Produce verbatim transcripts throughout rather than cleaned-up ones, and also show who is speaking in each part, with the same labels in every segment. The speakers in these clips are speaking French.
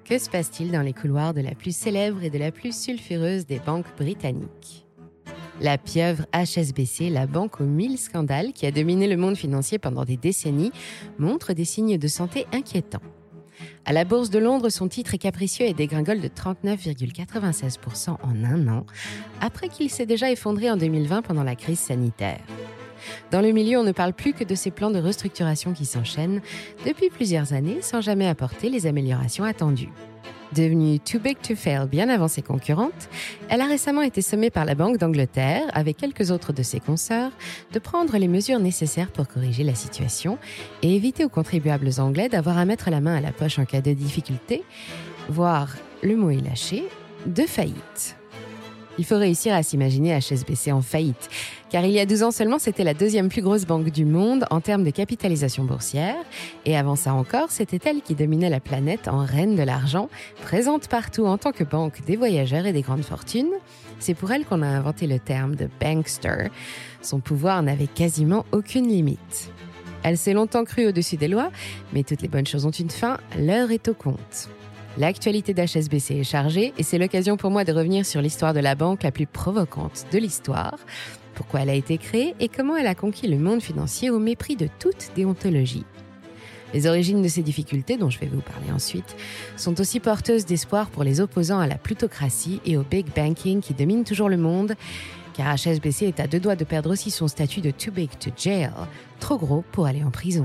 Speaker 1: Que se passe-t-il dans les couloirs de la plus célèbre et de la plus sulfureuse des banques britanniques ? La pieuvre H S B C, la banque aux mille scandales qui a dominé le monde financier pendant des décennies, montre des signes de santé inquiétants. À la Bourse de Londres, son titre est capricieux et dégringole de trente-neuf virgule quatre-vingt-seize pour cent en un an, après qu'il s'est déjà effondré en deux mille vingt pendant la crise sanitaire. Dans le milieu, on ne parle plus que de ces plans de restructuration qui s'enchaînent depuis plusieurs années sans jamais apporter les améliorations attendues. Devenue too big to fail bien avant ses concurrentes, elle a récemment été sommée par la Banque d'Angleterre, avec quelques autres de ses consoeurs, de prendre les mesures nécessaires pour corriger la situation et éviter aux contribuables anglais d'avoir à mettre la main à la poche en cas de difficulté, voire, le mot est lâché, de faillite. Il faut réussir à s'imaginer H S B C en faillite, car il y a douze ans seulement, c'était la deuxième plus grosse banque du monde en termes de capitalisation boursière, et avant ça encore, c'était elle qui dominait la planète en reine de l'argent, présente partout en tant que banque des voyageurs et des grandes fortunes. C'est pour elle qu'on a inventé le terme de bankster. Son pouvoir n'avait quasiment aucune limite. Elle s'est longtemps crue au-dessus des lois, mais toutes les bonnes choses ont une fin, l'heure est au compte. L'actualité d'H S B C est chargée et c'est l'occasion pour moi de revenir sur l'histoire de la banque la plus provocante de l'histoire, pourquoi elle a été créée et comment elle a conquis le monde financier au mépris de toute déontologie. Les origines de ces difficultés, dont je vais vous parler ensuite, sont aussi porteuses d'espoir pour les opposants à la plutocratie et au big banking qui domine toujours le monde, car H S B C est à deux doigts de perdre aussi son statut de too big to jail, trop gros pour aller en prison.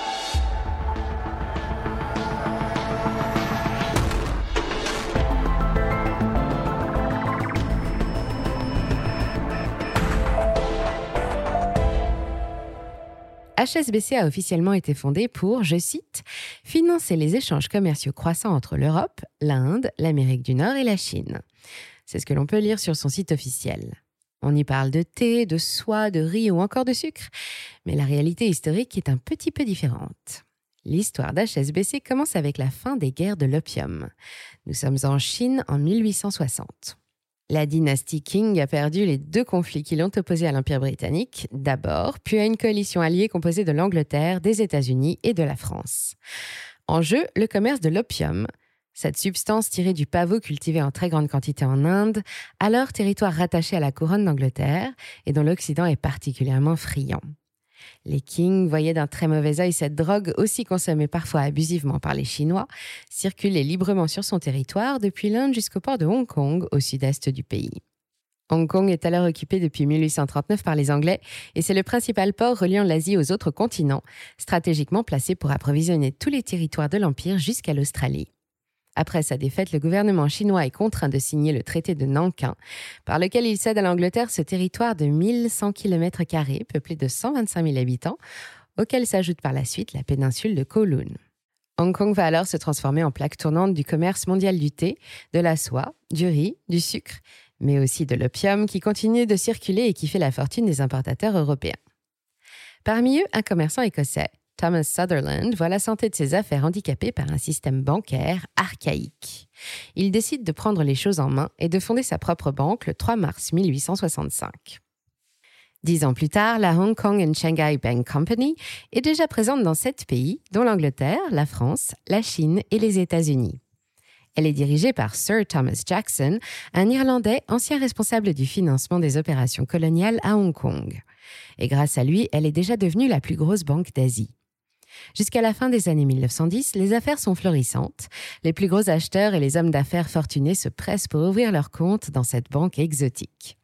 Speaker 1: H S B C a officiellement été fondée pour, je cite, « financer les échanges commerciaux croissants entre l'Europe, l'Inde, l'Amérique du Nord et la Chine ». C'est ce que l'on peut lire sur son site officiel. On y parle de thé, de soie, de riz ou encore de sucre, mais la réalité historique est un petit peu différente. L'histoire d'H S B C commence avec la fin des guerres de l'opium. Nous sommes en Chine en mille huit cent soixante. La dynastie Qing a perdu les deux conflits qui l'ont opposé à l'Empire britannique, d'abord, puis à une coalition alliée composée de l'Angleterre, des États-Unis et de la France. En jeu, le commerce de l'opium, cette substance tirée du pavot cultivé en très grande quantité en Inde, alors territoire rattaché à la couronne d'Angleterre et dont l'Occident est particulièrement friand. Les Qing voyaient d'un très mauvais œil cette drogue, aussi consommée parfois abusivement par les Chinois, circuler librement sur son territoire depuis l'Inde jusqu'au port de Hong Kong, au sud-est du pays. Hong Kong est alors occupé depuis mille huit cent trente-neuf par les Anglais et c'est le principal port reliant l'Asie aux autres continents, stratégiquement placé pour approvisionner tous les territoires de l'Empire jusqu'à l'Australie. Après sa défaite, le gouvernement chinois est contraint de signer le traité de Nankin, par lequel il cède à l'Angleterre ce territoire de mille cent kilomètres carrés, peuplé de cent vingt-cinq mille habitants, auquel s'ajoute par la suite la péninsule de Kowloon. Hong Kong va alors se transformer en plaque tournante du commerce mondial du thé, de la soie, du riz, du sucre, mais aussi de l'opium qui continue de circuler et qui fait la fortune des importateurs européens. Parmi eux, un commerçant écossais, Thomas Sutherland voit la santé de ses affaires handicapée par un système bancaire archaïque. Il décide de prendre les choses en main et de fonder sa propre banque le trois mars mille huit cent soixante-cinq. Dix ans plus tard, la Hong Kong and Shanghai Bank Company est déjà présente dans sept pays, dont l'Angleterre, la France, la Chine et les États-Unis. Elle est dirigée par Sir Thomas Jackson, un Irlandais ancien responsable du financement des opérations coloniales à Hong Kong. Et grâce à lui, elle est déjà devenue la plus grosse banque d'Asie. Jusqu'à la fin des années mille neuf cent dix, les affaires sont florissantes. Les plus gros acheteurs et les hommes d'affaires fortunés se pressent pour ouvrir leurs comptes dans cette banque exotique.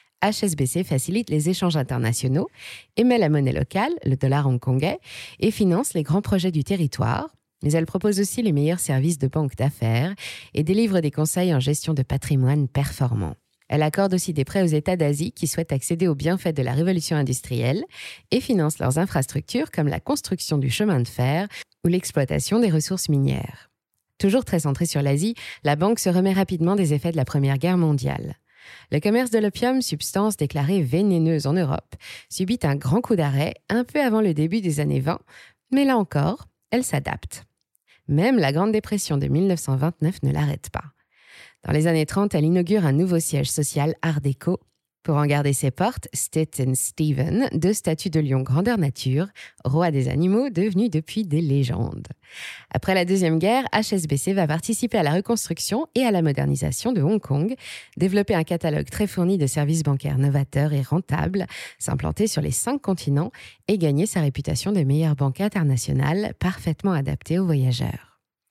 Speaker 1: H S B C facilite les échanges internationaux, émet la monnaie locale, le dollar hongkongais, et finance les grands projets du territoire, mais elle propose aussi les meilleurs services de banque d'affaires et délivre des conseils en gestion de patrimoine performants. Elle accorde aussi des prêts aux États d'Asie qui souhaitent accéder aux bienfaits de la révolution industrielle et finance leurs infrastructures comme la construction du chemin de fer ou l'exploitation des ressources minières. Toujours très centrée sur l'Asie, la banque se remet rapidement des effets de la Première Guerre mondiale. Le commerce de l'opium, substance déclarée vénéneuse en Europe, subit un grand coup d'arrêt un peu avant le début des années vingt, mais là encore, elle s'adapte. Même la Grande Dépression de mille neuf cent vingt-neuf ne l'arrête pas. Dans les années trente, elle inaugure un nouveau siège social Art déco Pour en garder ses portes, Stitt et Steven, deux statues de lion grandeur nature, roi des animaux devenus depuis des légendes. Après la Deuxième Guerre, H S B C va participer à la reconstruction et à la modernisation de Hong Kong, développer un catalogue très fourni de services bancaires novateurs et rentables, s'implanter sur les cinq continents et gagner sa réputation de meilleure banque internationale parfaitement adaptée aux voyageurs.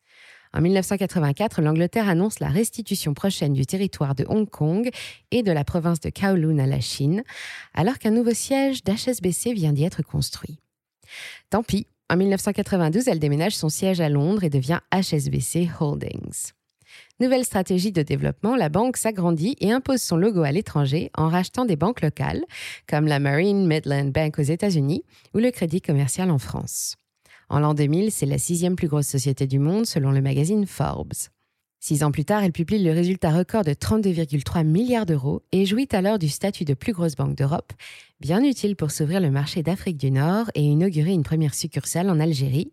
Speaker 1: En dix-neuf cent quatre-vingt-quatre, l'Angleterre annonce la restitution prochaine du territoire de Hong Kong et de la province de Kowloon à la Chine, alors qu'un nouveau siège d'H S B C vient d'y être construit. Tant pis, en dix-neuf cent quatre-vingt-douze, elle déménage son siège à Londres et devient H S B C Holdings. Nouvelle stratégie de développement, la banque s'agrandit et impose son logo à l'étranger en rachetant des banques locales, comme la Marine Midland Bank aux États-Unis ou le Crédit Commercial en France. En l'an deux mille, c'est la sixième plus grosse société du monde selon le magazine Forbes. Six ans plus tard, elle publie le résultat record de trente-deux virgule trois milliards d'euros et jouit alors du statut de plus grosse banque d'Europe, bien utile pour s'ouvrir le marché d'Afrique du Nord et inaugurer une première succursale en Algérie.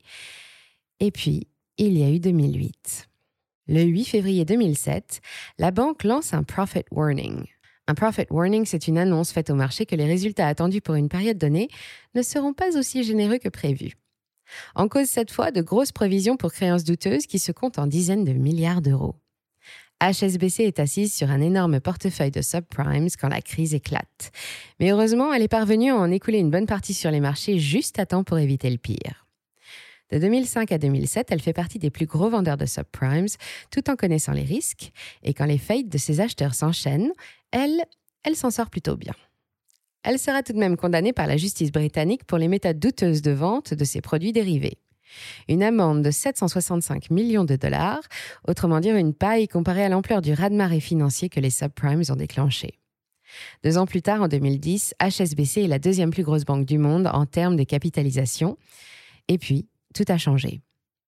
Speaker 1: Et puis, il y a eu deux mille huit. Le huit février deux mille sept, la banque lance un Profit Warning. Un Profit Warning, c'est une annonce faite au marché que les résultats attendus pour une période donnée ne seront pas aussi généreux que prévu. En cause cette fois de grosses provisions pour créances douteuses qui se comptent en dizaines de milliards d'euros. H S B C est assise sur un énorme portefeuille de subprimes quand la crise éclate. Mais heureusement, elle est parvenue à en écouler une bonne partie sur les marchés juste à temps pour éviter le pire. De deux mille cinq à deux mille sept, elle fait partie des plus gros vendeurs de subprimes, tout en connaissant les risques. Et quand les faillites de ses acheteurs s'enchaînent, elle, elle s'en sort plutôt bien. Elle sera tout de même condamnée par la justice britannique pour les méthodes douteuses de vente de ses produits dérivés. Une amende de sept cent soixante-cinq millions de dollars, autrement dire une paille comparée à l'ampleur du raz-de-marée financier que les subprimes ont déclenché. Deux ans plus tard, en deux mille dix, H S B C est la deuxième plus grosse banque du monde en termes de capitalisation. Et puis, tout a changé.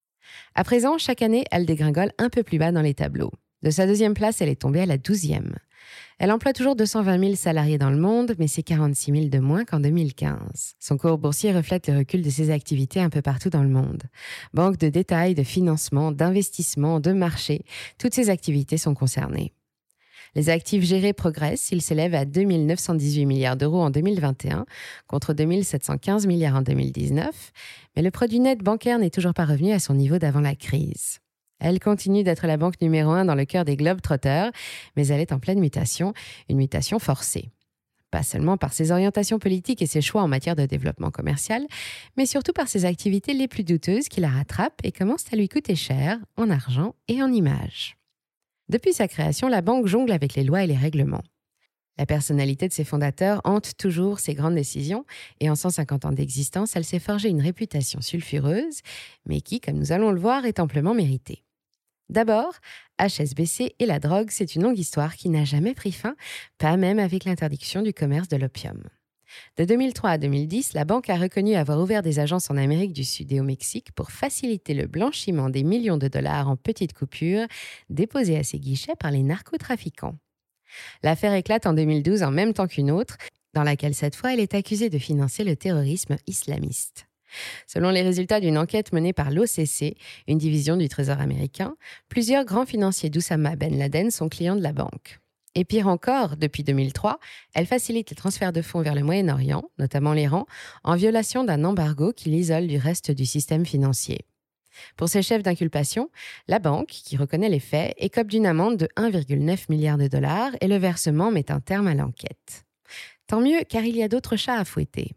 Speaker 1: À présent, chaque année, elle dégringole un peu plus bas dans les tableaux. De sa deuxième place, elle est tombée à la douzième. Elle emploie toujours deux cent vingt mille salariés dans le monde, mais c'est quarante-six mille de moins qu'en deux mille quinze. Son cours boursier reflète le recul de ses activités un peu partout dans le monde. Banque de détail, de financement, d'investissement, de marché, toutes ces activités sont concernées. Les actifs gérés progressent, ils s'élèvent à deux mille neuf cent dix-huit milliards d'euros en deux mille vingt et un, contre deux mille sept cent quinze milliards en deux mille dix-neuf, mais le produit net bancaire n'est toujours pas revenu à son niveau d'avant la crise. Elle continue d'être la banque numéro un dans le cœur des Globetrotters, mais elle est en pleine mutation, une mutation forcée. Pas seulement par ses orientations politiques et ses choix en matière de développement commercial, mais surtout par ses activités les plus douteuses qui la rattrapent et commencent à lui coûter cher en argent et en image. Depuis sa création, la banque jongle avec les lois et les règlements. La personnalité de ses fondateurs hante toujours ses grandes décisions et en cent cinquante ans d'existence, elle s'est forgée une réputation sulfureuse, mais qui, comme nous allons le voir, est amplement méritée. D'abord, H S B C et la drogue, c'est une longue histoire qui n'a jamais pris fin, pas même avec l'interdiction du commerce de l'opium. De deux mille trois à deux mille dix, la banque a reconnu avoir ouvert des agences en Amérique du Sud et au Mexique pour faciliter le blanchiment des millions de dollars en petites coupures déposés à ses guichets par les narcotrafiquants. L'affaire éclate en deux mille douze en même temps qu'une autre, dans laquelle cette fois elle est accusée de financer le terrorisme islamiste. Selon les résultats d'une enquête menée par l'O C C, une division du Trésor américain, plusieurs grands financiers d'Oussama Ben Laden sont clients de la banque. Et pire encore, depuis deux mille trois, elle facilite les transferts de fonds vers le Moyen-Orient, notamment l'Iran, en violation d'un embargo qui l'isole du reste du système financier. Pour ses chefs d'inculpation, la banque, qui reconnaît les faits, écope d'une amende de un virgule neuf milliard de dollars et le versement met un terme à l'enquête. Tant mieux, car il y a d'autres chats à fouetter.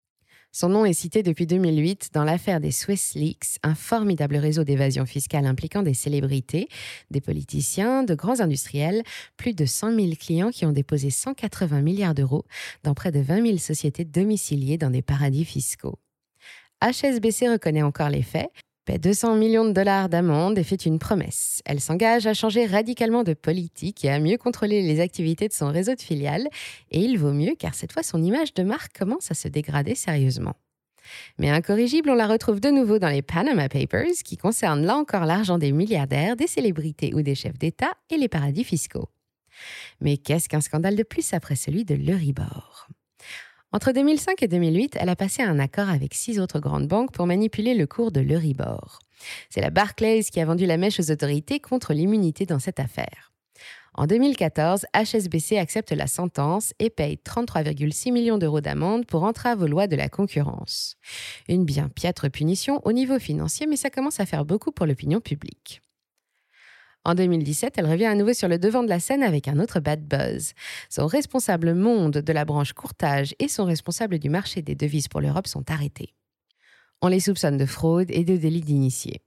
Speaker 1: Son nom est cité depuis deux mille huit dans l'affaire des Swiss Leaks, un formidable réseau d'évasion fiscale impliquant des célébrités, des politiciens, de grands industriels, plus de cent mille clients qui ont déposé cent quatre-vingts milliards d'euros dans près de vingt mille sociétés domiciliées dans des paradis fiscaux. H S B C reconnaît encore les faits, paie deux cents millions de dollars d'amende et fait une promesse. Elle s'engage à changer radicalement de politique et à mieux contrôler les activités de son réseau de filiales. Et il vaut mieux car cette fois son image de marque commence à se dégrader sérieusement. Mais incorrigible, on la retrouve de nouveau dans les Panama Papers qui concernent là encore l'argent des milliardaires, des célébrités ou des chefs d'État et les paradis fiscaux. Mais qu'est-ce qu'un scandale de plus après celui de l'Euribor ? Entre deux mille cinq et deux mille huit, elle a passé un accord avec six autres grandes banques pour manipuler le cours de l'Euribor. C'est la Barclays qui a vendu la mèche aux autorités contre l'immunité dans cette affaire. En deux mille quatorze, H S B C accepte la sentence et paye trente-trois virgule six millions d'euros d'amende pour entrave aux lois de la concurrence. Une bien piètre punition au niveau financier, mais ça commence à faire beaucoup pour l'opinion publique. En deux mille dix-sept, elle revient à nouveau sur le devant de la scène avec un autre bad buzz. Son responsable monde de la branche courtage et son responsable du marché des devises pour l'Europe sont arrêtés. On les soupçonne de fraude et de délit d'initié.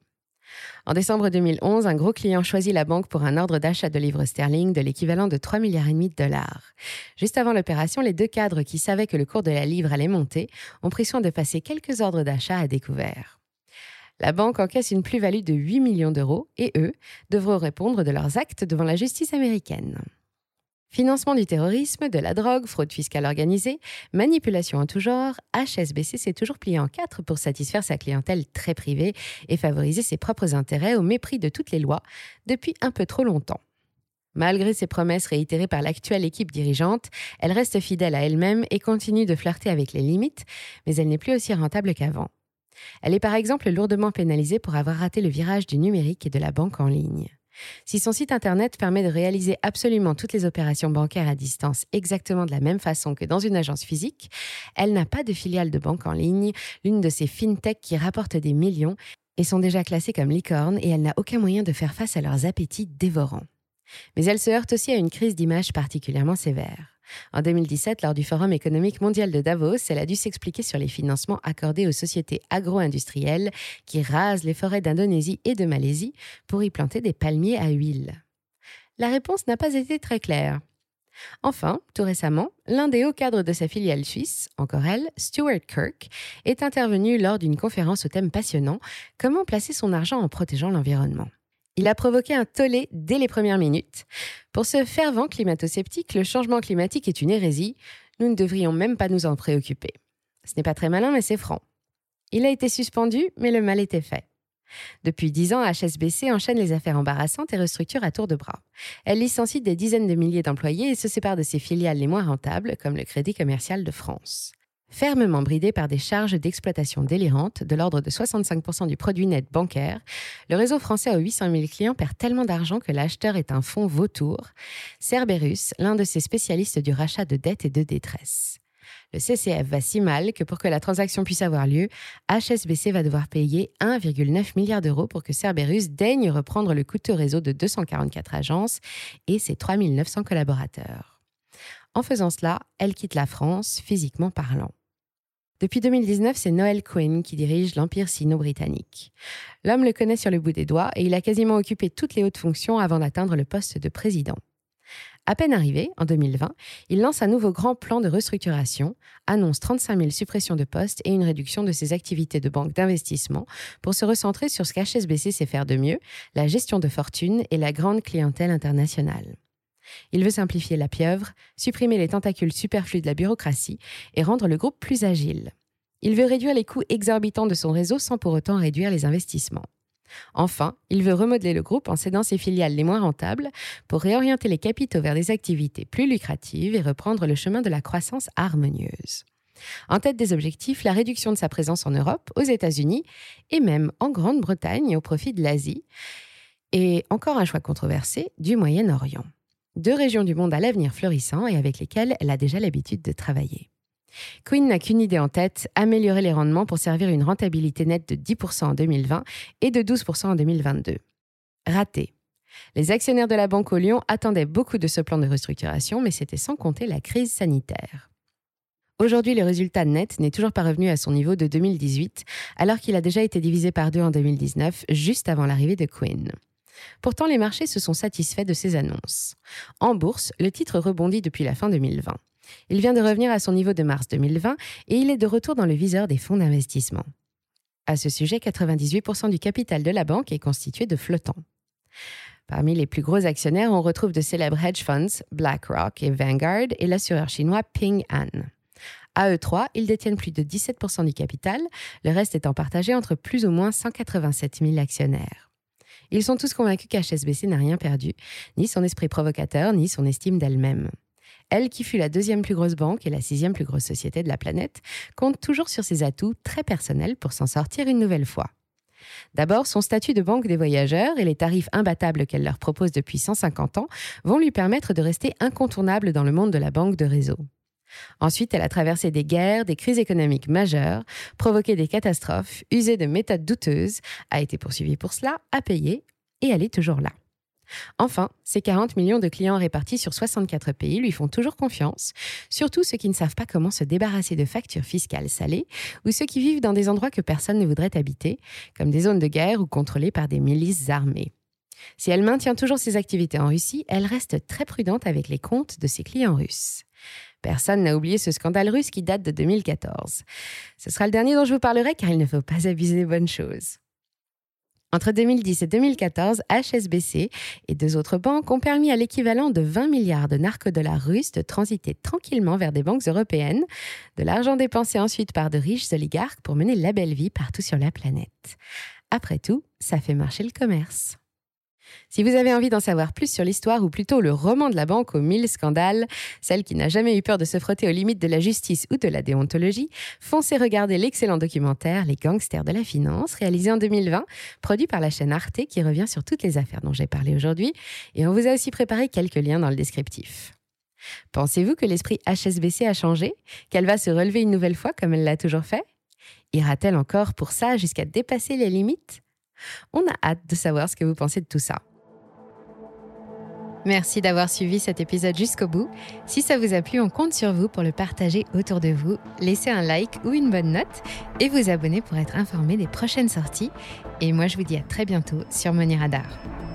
Speaker 1: En décembre deux mille onze, un gros client choisit la banque pour un ordre d'achat de livres sterling de l'équivalent de trois virgule cinq milliards de dollars. Juste avant l'opération, les deux cadres qui savaient que le cours de la livre allait monter ont pris soin de passer quelques ordres d'achat à découvert. La banque encaisse une plus-value de huit millions d'euros et eux devront répondre de leurs actes devant la justice américaine. Financement du terrorisme, de la drogue, fraude fiscale organisée, manipulation en tout genre, H S B C s'est toujours plié en quatre pour satisfaire sa clientèle très privée et favoriser ses propres intérêts au mépris de toutes les lois depuis un peu trop longtemps. Malgré ses promesses réitérées par l'actuelle équipe dirigeante, elle reste fidèle à elle-même et continue de flirter avec les limites, mais elle n'est plus aussi rentable qu'avant. Elle est par exemple lourdement pénalisée pour avoir raté le virage du numérique et de la banque en ligne. Si son site internet permet de réaliser absolument toutes les opérations bancaires à distance exactement de la même façon que dans une agence physique, elle n'a pas de filiale de banque en ligne, l'une de ces fintechs qui rapportent des millions et sont déjà classées comme licornes et elle n'a aucun moyen de faire face à leurs appétits dévorants. Mais elle se heurte aussi à une crise d'image particulièrement sévère. En deux mille dix-sept, lors du Forum économique mondial de Davos, elle a dû s'expliquer sur les financements accordés aux sociétés agro-industrielles qui rasent les forêts d'Indonésie et de Malaisie pour y planter des palmiers à huile. La réponse n'a pas été très claire. Enfin, tout récemment, l'un des hauts cadres de sa filiale suisse, encore elle, Stuart Kirk, est intervenu lors d'une conférence au thème passionnant « Comment placer son argent en protégeant l'environnement ». Il a provoqué un tollé dès les premières minutes. Pour ce fervent climato-sceptique, le changement climatique est une hérésie. Nous ne devrions même pas nous en préoccuper. Ce n'est pas très malin, mais c'est franc. Il a été suspendu, mais le mal était fait. Depuis dix ans, H S B C enchaîne les affaires embarrassantes et restructure à tour de bras. Elle licencie des dizaines de milliers d'employés et se sépare de ses filiales les moins rentables, comme le Crédit commercial de France. Fermement bridé par des charges d'exploitation délirantes de l'ordre de soixante-cinq pour cent du produit net bancaire, le réseau français aux huit cent mille clients perd tellement d'argent que l'acheteur est un fonds vautour, Cerberus, l'un de ses spécialistes du rachat de dettes et de détresse. Le C C F va si mal que pour que la transaction puisse avoir lieu, H S B C va devoir payer un virgule neuf milliard d'euros pour que Cerberus daigne reprendre le coûteux réseau de deux cent quarante-quatre agences et ses trois mille neuf cents collaborateurs. En faisant cela, elle quitte la France, physiquement parlant. Depuis deux mille dix-neuf, c'est Noel Quinn qui dirige l'Empire sino-britannique. L'homme le connaît sur le bout des doigts et il a quasiment occupé toutes les hautes fonctions avant d'atteindre le poste de président. À peine arrivé, en deux mille vingt, il lance un nouveau grand plan de restructuration, annonce trente-cinq mille suppressions de postes et une réduction de ses activités de banque d'investissement pour se recentrer sur ce qu'H S B C sait faire de mieux, la gestion de fortune et la grande clientèle internationale. Il veut simplifier la pieuvre, supprimer les tentacules superflus de la bureaucratie et rendre le groupe plus agile. Il veut réduire les coûts exorbitants de son réseau sans pour autant réduire les investissements. Enfin, il veut remodeler le groupe en cédant ses filiales les moins rentables pour réorienter les capitaux vers des activités plus lucratives et reprendre le chemin de la croissance harmonieuse. En tête des objectifs, la réduction de sa présence en Europe, aux États-Unis et même en Grande-Bretagne au profit de l'Asie et, encore un choix controversé, du Moyen-Orient. Deux régions du monde à l'avenir florissant et avec lesquelles elle a déjà l'habitude de travailler. Quinn n'a qu'une idée en tête, améliorer les rendements pour servir une rentabilité nette de dix pour cent en deux mille vingt et de douze pour cent en deux mille vingt-deux. Raté. Les actionnaires de la Banque au Lion attendaient beaucoup de ce plan de restructuration, mais c'était sans compter la crise sanitaire. Aujourd'hui, le résultat net n'est toujours pas revenu à son niveau de deux mille dix-huit, alors qu'il a déjà été divisé par deux en deux mille dix-neuf, juste avant l'arrivée de Quinn. Pourtant, les marchés se sont satisfaits de ces annonces. En bourse, le titre rebondit depuis la fin deux mille vingt. Il vient de revenir à son niveau de mars deux mille vingt et il est de retour dans le viseur des fonds d'investissement. À ce sujet, quatre-vingt-dix-huit pour cent du capital de la banque est constitué de flottants. Parmi les plus gros actionnaires, on retrouve de célèbres hedge funds, BlackRock et Vanguard et l'assureur chinois Ping An. À eux trois, ils détiennent plus de dix-sept pour cent du capital, le reste étant partagé entre plus ou moins cent quatre-vingt-sept mille actionnaires. Ils sont tous convaincus qu'H S B C n'a rien perdu, ni son esprit provocateur, ni son estime d'elle-même. Elle, qui fut la deuxième plus grosse banque et la sixième plus grosse société de la planète, compte toujours sur ses atouts très personnels pour s'en sortir une nouvelle fois. D'abord, son statut de banque des voyageurs et les tarifs imbattables qu'elle leur propose depuis cent cinquante ans vont lui permettre de rester incontournable dans le monde de la banque de réseau. Ensuite, elle a traversé des guerres, des crises économiques majeures, provoqué des catastrophes, usé de méthodes douteuses, a été poursuivie pour cela, a payé, et elle est toujours là. Enfin, ses quarante millions de clients répartis sur soixante-quatre pays lui font toujours confiance, surtout ceux qui ne savent pas comment se débarrasser de factures fiscales salées ou ceux qui vivent dans des endroits que personne ne voudrait habiter, comme des zones de guerre ou contrôlées par des milices armées. Si elle maintient toujours ses activités en Russie, elle reste très prudente avec les comptes de ses clients russes. Personne n'a oublié ce scandale russe qui date de deux mille quatorze. Ce sera le dernier dont je vous parlerai car il ne faut pas abuser des bonnes choses. Entre deux mille dix et deux mille quatorze, H S B C et deux autres banques ont permis à l'équivalent de vingt milliards de narcodollars russes de transiter tranquillement vers des banques européennes, de l'argent dépensé ensuite par de riches oligarques pour mener la belle vie partout sur la planète. Après tout, ça fait marcher le commerce. Si vous avez envie d'en savoir plus sur l'histoire ou plutôt le roman de la banque aux mille scandales, celle qui n'a jamais eu peur de se frotter aux limites de la justice ou de la déontologie, foncez regarder l'excellent documentaire Les gangsters de la finance, réalisé en deux mille vingt, produit par la chaîne Arte qui revient sur toutes les affaires dont j'ai parlé aujourd'hui, et on vous a aussi préparé quelques liens dans le descriptif. Pensez-vous que l'esprit H S B C a changé? Qu'elle va se relever une nouvelle fois comme elle l'a toujours fait? Ira-t-elle encore pour ça jusqu'à dépasser les limites? On a hâte de savoir ce que vous pensez de tout ça. Merci d'avoir suivi cet épisode jusqu'au bout. Si ça vous a plu, on compte sur vous pour le partager autour de vous, laisser un like ou une bonne note et vous abonner pour être informé des prochaines sorties. Et moi, je vous dis à très bientôt sur Money Radar.